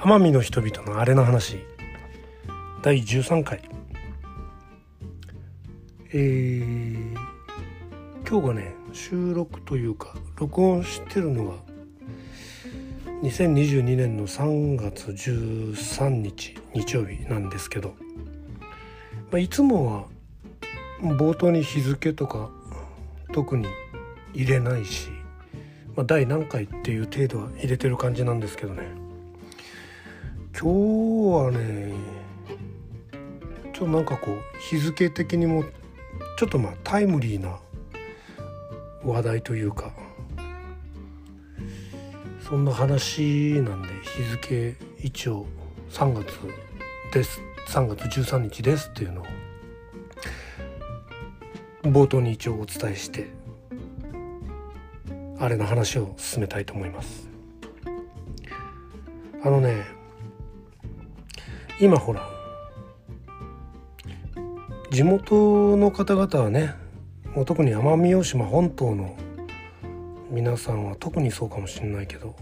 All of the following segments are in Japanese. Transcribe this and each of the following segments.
奄美の人々のあれの話第13回、今日がね収録というか録音してるのが2022年の3月13日日曜日なんですけど、いつもは冒頭に日付とか特に入れないし、第何回っていう程度は入れてる感じなんですけどね、今日はねちょっとなんかこう日付的にもちょっとタイムリーな話題というかそんな話なんで、日付一応3月です3月13日ですっていうのを冒頭に一応お伝えしてあれの話を進めたいと思います。今ほら地元の方々はね、もう特に奄美大島本島の皆さんは特にそうかもしれないけど、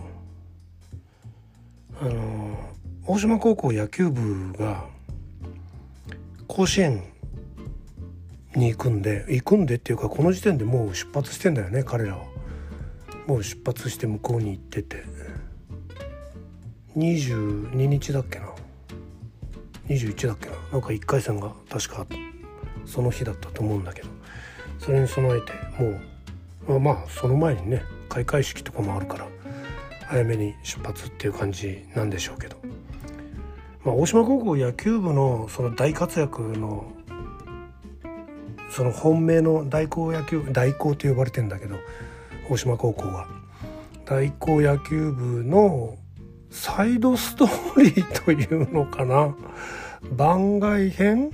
大島高校野球部が甲子園に行くんでっていうか、この時点でもう出発してんだよね。彼らはもう出発して向こうに行ってて、22日だっけな21だっけな、なんか1回戦が確かその日だったと思うんだけど、それに備えてもうその前にね開会式とかもあるから早めに出発っていう感じなんでしょうけど、大島高校野球部のその大活躍のその本命の大高と呼ばれてんだけど、大島高校は大高野球部のサイドストーリーというのかな、番外編、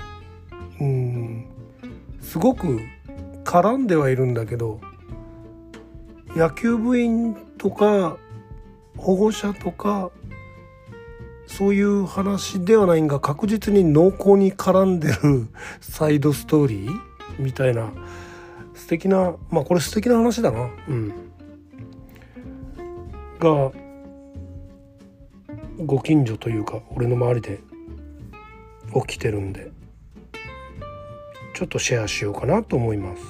すごく絡んではいるんだけど、野球部員とか保護者とかそういう話ではないんが、確実に濃厚に絡んでるサイドストーリーみたいな素敵な、これ素敵な話だな、がご近所というか俺の周りで起きてるんで、ちょっとシェアしようかなと思います。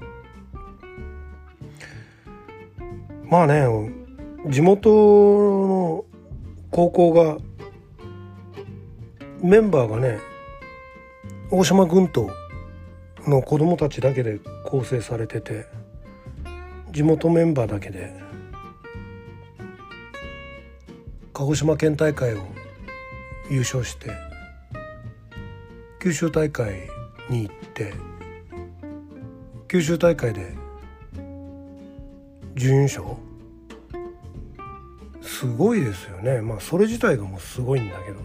地元の高校がメンバーがね大島群島の子供たちだけで構成されてて、地元メンバーだけで鹿児島県大会を優勝して九州大会に行って、九州大会で準優勝、すごいですよね。それ自体がもうすごいんだけ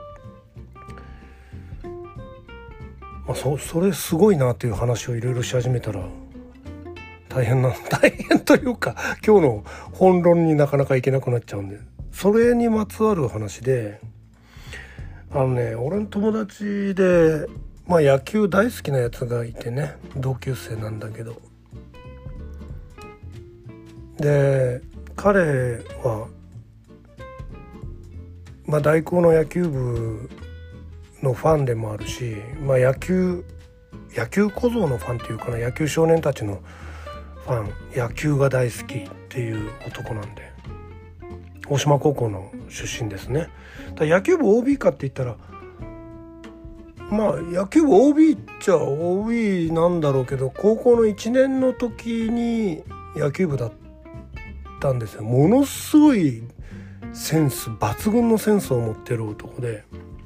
ど、それすごいなっていう話をいろいろし始めたら大変というか、今日の本論になかなかいけなくなっちゃうんで、それにまつわる話で、俺の友達で野球大好きなやつがいてね、同級生なんだけど、で彼は大高の野球部のファンでもあるし、野球小僧のファンっていうかな、野球少年たちのファン、野球が大好きっていう男なんで、大島高校の出身ですね。野球部 OB かって言ったら野球部 OB っちゃ OB なんだろうけど、高校の1年の時に野球部だったんですよ。ものすごい抜群のセンスを持ってる男で、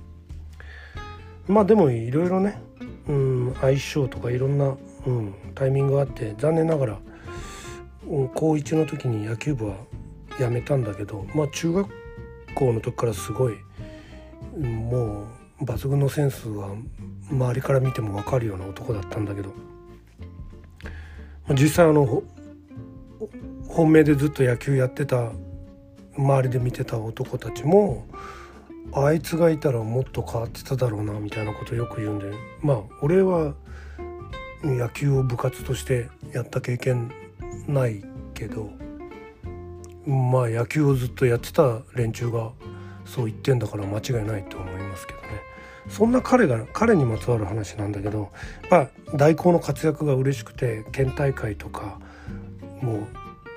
でもいろいろね、相性とかいろんな、タイミングがあって、残念ながら、高1の時に野球部は辞めたんだけど、中学校の時からすごいもう抜群のセンスは周りから見ても分かるような男だったんだけど、実際本命でずっと野球やってた、周りで見てた男たちもあいつがいたらもっと変わってただろうなみたいなことをよく言うんで、俺は野球を部活としてやった経験ないけど、野球をずっとやってた連中がそう言ってんだから間違いないと思いますけどね。そんな彼にまつわる話なんだけど、やっぱ大高の活躍が嬉しくて、県大会とかもう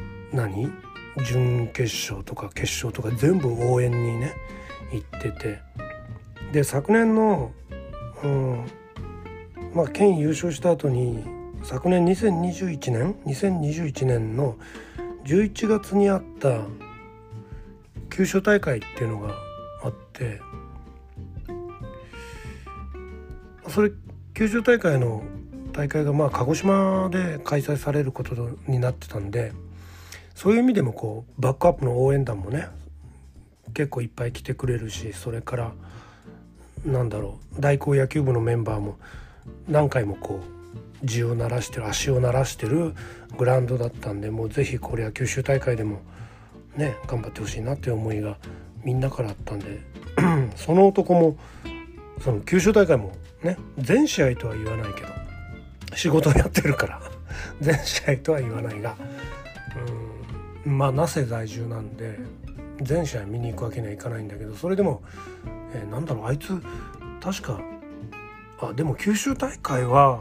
準決勝とか決勝とか全部応援にね行ってて、で昨年の、県優勝した後に昨年2021年の11月にあった九州大会っていうのがあって、それ九州大会が鹿児島で開催されることになってたんで、そういう意味でもこうバックアップの応援団もね結構いっぱい来てくれるし、それから大高野球部のメンバーも何回もこう足を鳴らしてるグラウンドだったんで、もうぜひこれは九州大会でもね頑張ってほしいなっていう思いがみんなからあったんでその男もその九州大会もね全試合とは言わないけど仕事をやってるから全試合とは言わないが、那須在住なんで全試合見に行くわけにはいかないんだけど、それでも、あいつ確かでも九州大会は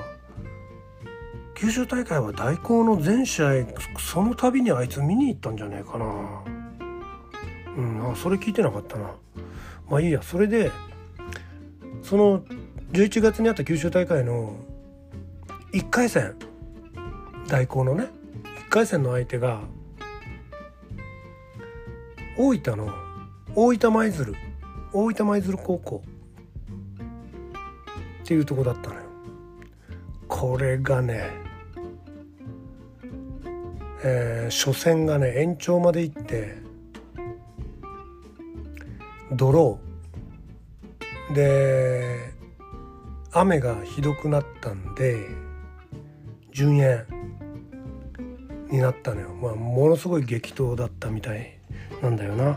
大高の全試合その度にあいつ見に行ったんじゃねえかな。それ聞いてなかったな。まあいいや。それでその11月にあった九州大会の1回戦、大高のね1回戦の相手が大分の大分舞鶴高校っていうとこだったのよ。これがね、初戦がね延長まで行ってドローで雨がひどくなったんで順延になったのよ。ものすごい激闘だったみたいなんだよな。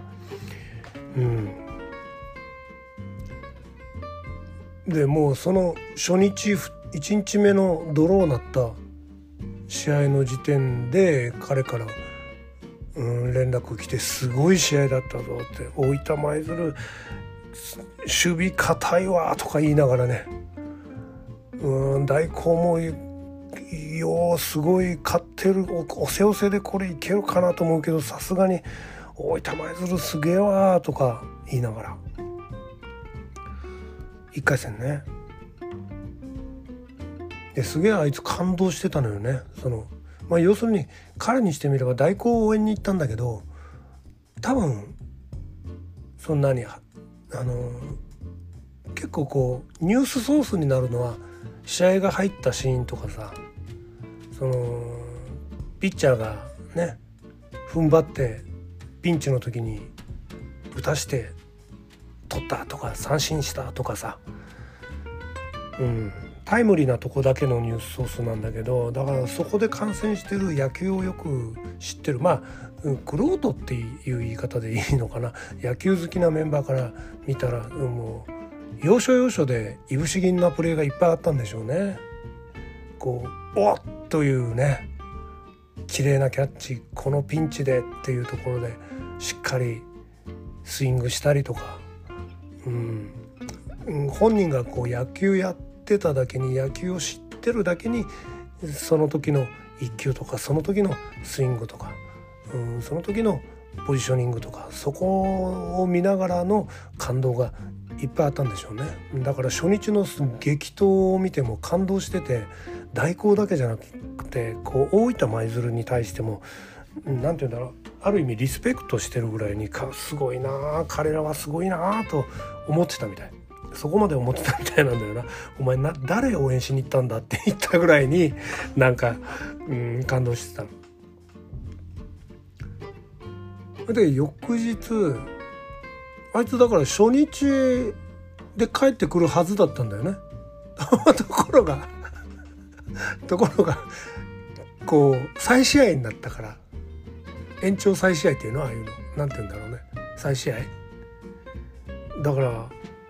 でもうその初日1日目のドローなった試合の時点で彼から連絡来て、すごい試合だったぞって、大分舞鶴守備堅いわとか言いながらね、大高もすごい勝ってる、おせおせでこれいけるかなと思うけど、さすがに大分舞鶴すげえわとか言いながら1回戦ねですげえあいつ感動してたのよね。要するに彼にしてみれば大高を応援に行ったんだけど、多分結構こうニュースソースになるのは試合が入ったシーンとかさ、ピッチャーがね踏ん張ってピンチの時に打たして取ったとか三振したとかさ、タイムリーなとこだけのニュースソースなんだけど、だからそこで観戦してる野球をよく知ってるクロートっていう言い方でいいのかな、野球好きなメンバーから見たらもう要所要所でいぶし銀なプレーがいっぱいあったんでしょうね。こうおっというね綺麗なキャッチ、このピンチでっていうところでしっかりスイングしたりとか、本人がこう野球やってただけに、野球を知ってるだけに、その時の一球とかその時のスイングとか、その時のポジショニングとか、そこを見ながらの感動がいっぱいあったんでしょうね。だから初日の激闘を見ても感動してて、大高だけじゃなくてこう大分舞鶴に対してもなんて言うんだろう、ある意味リスペクトしてるぐらいにすごいな、彼らはすごいなと思ってたみたい。そこまで思ってたみたいなんだよな。お前誰を応援しに行ったんだって言ったぐらいに感動してたので、翌日あいつだから初日で帰ってくるはずだったんだよねところがこう再試合になったから、延長再試合っていうのはああいうのなんて言うんだろうね、再試合だから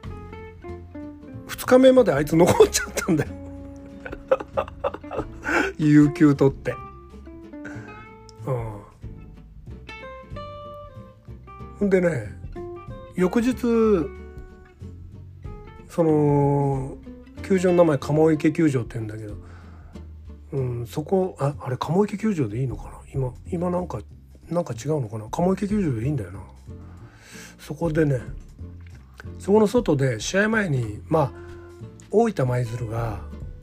2日目まであいつ残っちゃったんだよ有給取って、でね翌日その球場の名前鴨池球場って言うんだけど、そこあれ鴨池球場でいいのかな、今なんか違うのかな、鴨池球場でいいんだよな。そこでね、そこの外で試合前に大分舞鶴が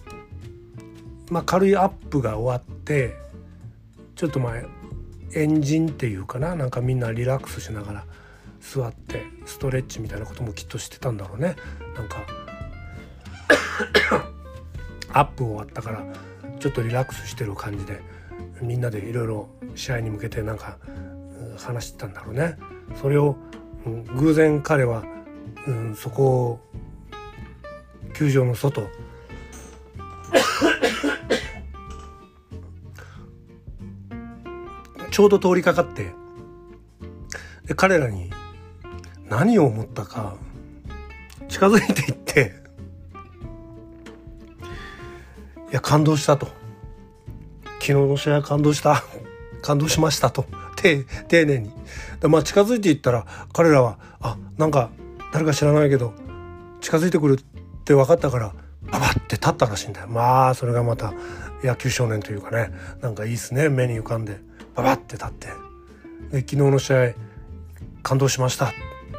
軽いアップが終わって、ちょっとエンジンっていうかな、なんかみんなリラックスしながら座ってストレッチみたいなこともきっとしてたんだろうね。なんかアップ終わったからちょっとリラックスしてる感じで、みんなでいろいろ試合に向けてなんか話してたんだろうね。それを、偶然彼は、そこ球場の外ちょうど通りかかって、で彼らに何を思ったか近づいていって、いや感動したと、昨日の試合感動しましたと丁寧に近づいていったら、彼らはなんか誰か知らないけど近づいてくるって分かったからババって立ったらしいんだよ。それがまた野球少年というかね、なんかいいっすね。目に浮かんでババって立って、で昨日の試合感動しました、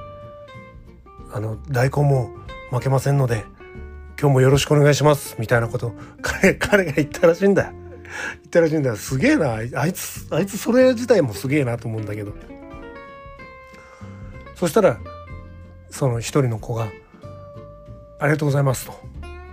大根も負けませんので今日もよろしくお願いしますみたいなことを彼が言ったらしいんだよ。すげえな、あいつそれ自体もすげえなと思うんだけど、そしたらその一人の子がありがとうございますと、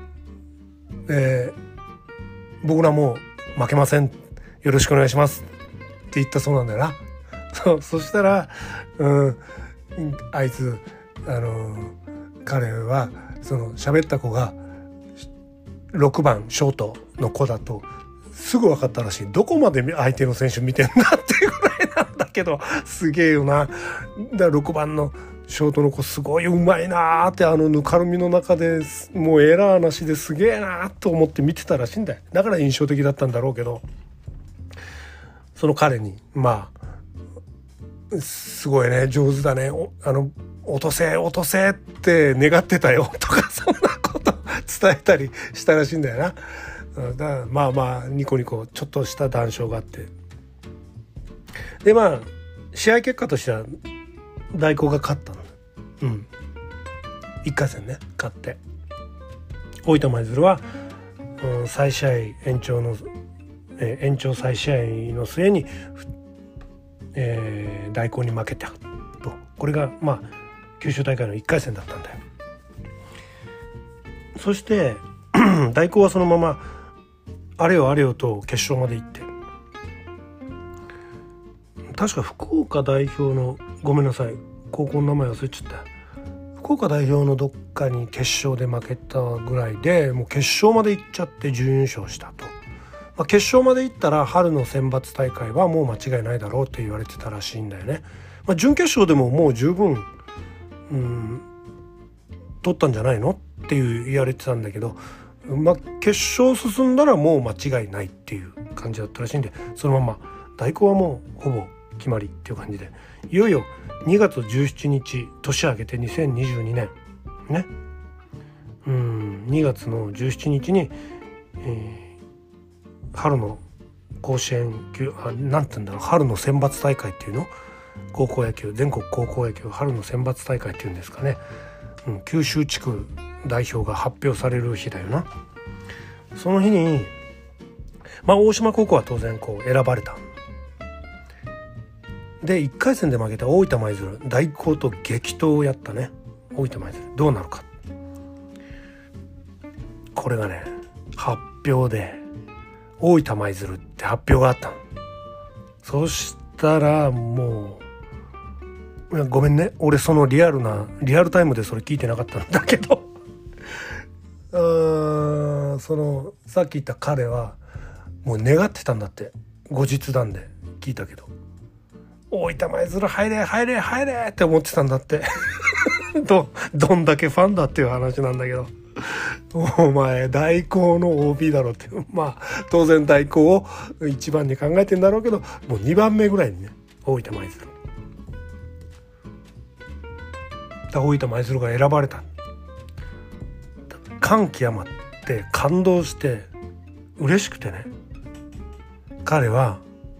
僕らも負けません、よろしくお願いしますって言ったそうなんだよな。そしたら、あいつ彼はその喋った子が6番ショートの子だとすぐ分かったらしい。どこまで相手の選手見てんだっていうぐらいなんだけど、すげえよな。だから6番のショートの子すごいうまいなーって、ぬかるみの中でもうエラーなしですげえなーと思って見てたらしいんだよ。だから印象的だったんだろうけど、その彼にすごいね、上手だね、落とせって願ってたよとか、そんなこと伝えたりしたらしいんだよな。だからニコニコちょっとした談笑があって、で試合結果としては大光が勝ったの。1回戦ね勝って、大分舞鶴は、再試合延長再試合の末に、大光に負けたと。これが九州大会の1回戦だったんだよ。そして大光はそのままあれよと決勝まで行って、確か福岡代表の、ごめんなさい高校の名前忘れちゃった、福岡代表のどっかに決勝で負けたぐらいで、もう決勝まで行っちゃって準優勝したと。決勝まで行ったら春の選抜大会はもう間違いないだろうって言われてたらしいんだよね。準決勝でももう十分取ったんじゃないのって言われてたんだけど、決勝進んだらもう間違いないっていう感じだったらしいんで、そのまま大光はもうほぼ決まりっていう感じで、いよいよ2月17日年明けて2022年ね、2月の17日に、春の甲子園球、なんて言うんだろう、春の選抜大会っていうの、高校野球、全国高校野球春の選抜大会っていうんですかね、九州地区代表が発表される日だよな。その日に大島高校は当然選ばれた。で1回戦で負けた大分舞鶴、大光と激闘をやったね。大分舞鶴どうなるか、これがね発表で大分舞鶴って発表があったの。そしたらもうごめんね、俺そのリアルタイムでそれ聞いてなかったんだけどそのさっき言った彼はもう願ってたんだって。後日談で聞いたけど、大分舞鶴入れって思ってたんだってどんだけファンだっていう話なんだけど、お前大光の OB だろって、当然大光を一番に考えてんだろうけど、もう2番目ぐらいにね大分舞鶴大分舞鶴が選ばれた。感極まって感動して嬉しくてね、彼は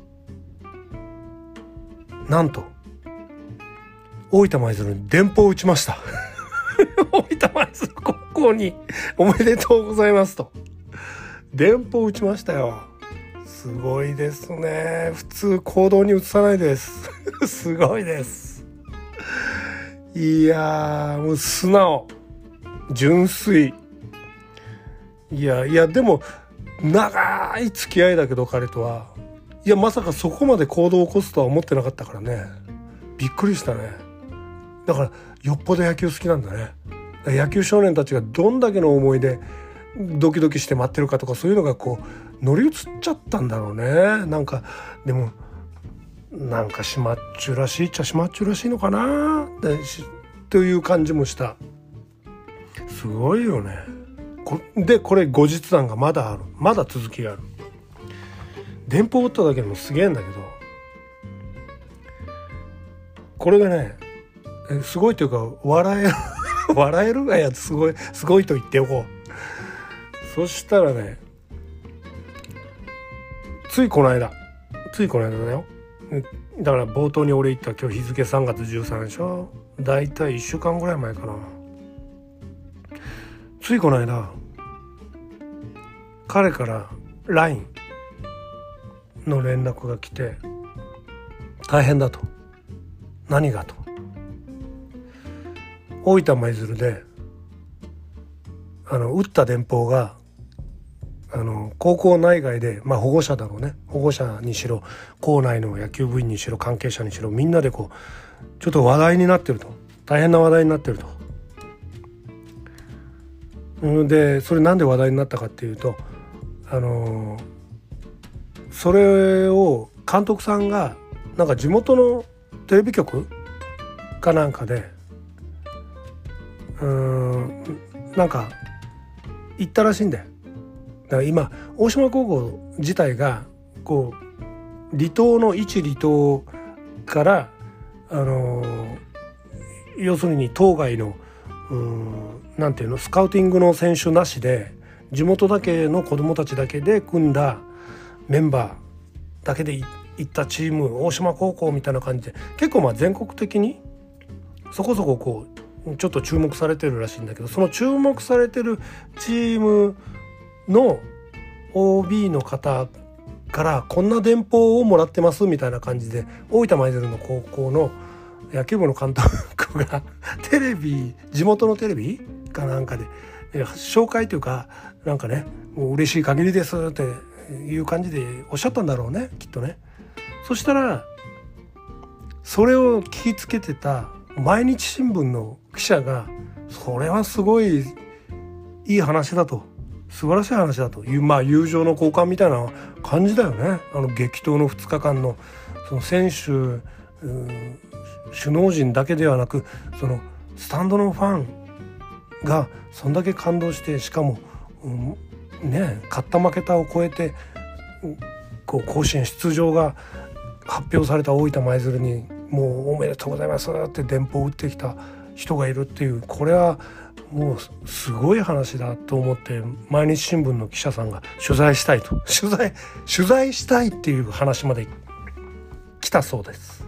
なんと大分舞鶴に電報を打ちました大分舞鶴高校におめでとうございますと電報を打ちましたよ。すごいですね。普通行動に移さないですすごいです。いやもう素直純粋。いやでも長い付き合いだけど彼とは、いやまさかそこまで行動を起こすとは思ってなかったからね、びっくりしたね。だからよっぽど野球好きなんだね。野球少年たちがどんだけの思いでドキドキして待ってるかとか、そういうのがこう乗り移っちゃったんだろうね。なんかでもなんか島っちゅうらしいっちゃ島っちゅうらしいのかなという感じもした。すごいよね。でこれ後日談がまだある。まだ続きがある。電報打っただけでもすげえんだけど、これがねすごいというか笑えるがやつすごいと言っておこう。そしたらね、ついこの間だよ。だから冒頭に俺言った今日日付3月13でしょ。だいたい1週間ぐらい前かな。ついこの間彼から LINE の連絡が来て、大変だと。何がと。大分舞鶴で打った電報が高校内外で、まあ保護者だろうね、保護者にしろ校内の野球部員にしろ関係者にしろみんなでこうちょっと話題になってると。大変な話題になってると。でそれなんで話題になったかっていうと、それを監督さんがなんか地元のテレビ局かなんかでなんか言ったらしいんだよ。だから今大島高校自体がこう離島の一離島から要するに島外のなんていうのスカウティングの選手なしで地元だけの子どもたちだけで組んだメンバーだけで行ったチーム大島高校みたいな感じで結構まあ全国的にそこそここうちょっと注目されてるらしいんだけど、その注目されてるチームの OB の方からこんな電報をもらってますみたいな感じで大分舞鶴の高校の野球部の監督がテレビ地元のテレビかなんかで紹介というかなんかねもう嬉しい限りですっていう感じでおっしゃったんだろうねきっとね。そしたらそれを聞きつけてた毎日新聞の記者がそれはすごいいい話だと素晴らしい話だというまあ友情の交換みたいな感じだよね。激闘の2日間のその選手首脳陣だけではなくそのスタンドのファンがそんだけ感動して、しかも、ね勝った負けたを超えてこう甲子園出場が発表された大分舞鶴にもうおめでとうございますって電報を打ってきた人がいるっていう、これはもうすごい話だと思って毎日新聞の記者さんが取材したいと取材したいっていう話まで来たそうです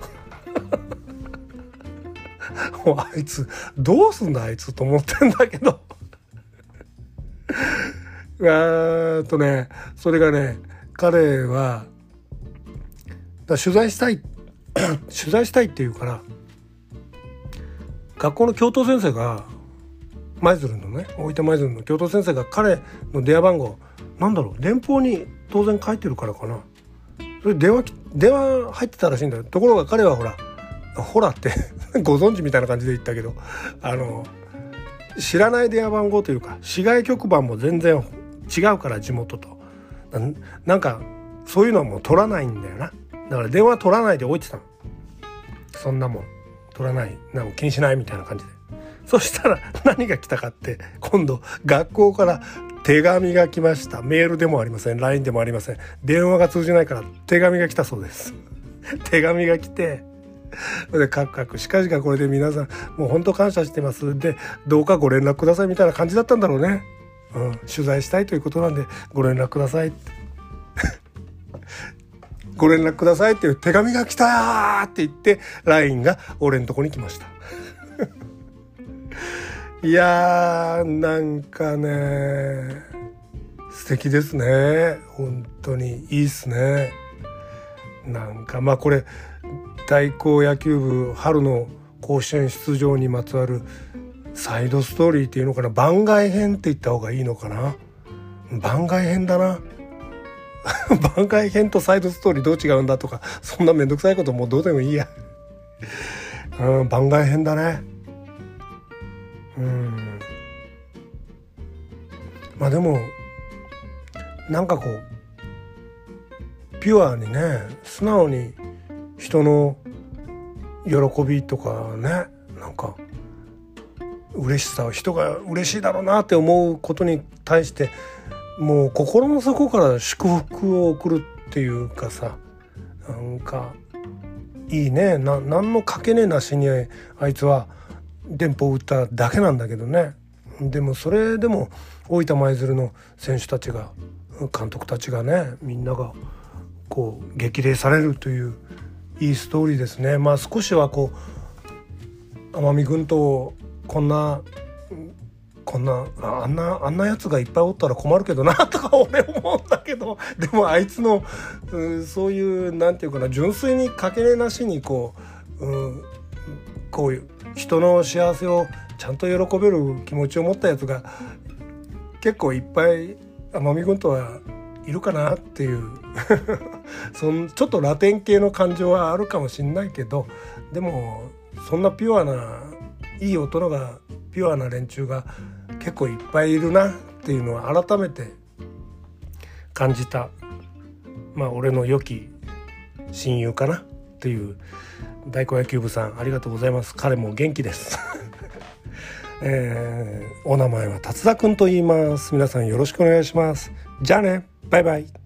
もうあいつどうすんだあいつと思ってんだけどそれがね彼は取材したいっていうから学校の教頭先生が舞鶴のね大分舞鶴の教頭先生が彼の電話番号なんだろう電報に当然書いてるからかな、それ電話入ってたらしいんだよ。ところが彼はほらってご存知みたいな感じで言ったけど知らない電話番号というか市外局番も全然違うから地元となんかそういうのはもう取らないんだよな。だから電話取らないで置いてたの。そんなもん取らないなんか気にしないみたいな感じで。そしたら何が来たかって今度学校から手紙が来ました。メールでもありません LINE でもありません。電話が通じないから手紙が来たそうです手紙が来てでカクカクしかしかこれで皆さんもう本当感謝してますでどうかご連絡くださいみたいな感じだったんだろうね、取材したいということなんでご連絡くださいってご連絡くださいっていう手紙が来たって言って LINE が俺のとこに来ましたいやーなんかね素敵ですね、本当にいいっすね。なんかまあこれ大高野球部春の甲子園出場にまつわるサイドストーリーっていうのかな、番外編って言った方がいいのかな、番外編だな番外編とサイドストーリーどう違うんだとかそんなめんどくさいこともうどうでもいいや番外編だね。まあでもなんかこうピュアにね素直に人の喜びとかねなんか嬉しさ人が嬉しいだろうなって思うことに対してもう心の底から祝福を送るっていうかさ、なんかいいね。何のかけねなしにあいつは電報を打っただけなんだけどね。でもそれでも大分舞鶴の選手たちが監督たちがねみんながこう激励されるといういいストーリーですね。まあ少しはこう奄美群島こんなあんなやつがいっぱいおったら困るけどなとか俺思うんだけど、でもあいつのそういうなんていうかな純粋にかけねなしにこういう人の幸せをちゃんと喜べる気持ちを持ったやつが結構いっぱい奄美群島はいるかなっていうちょっとラテン系の感情はあるかもしんないけど、でもそんなピュアないい大人がピュアな連中が結構いっぱいいるなっていうのは改めて感じた。まあ俺の良き親友かなっていう大高野球部さんありがとうございます。彼も元気ですお名前は達田くんと言います。皆さんよろしくお願いします。じゃあね、バイバイ。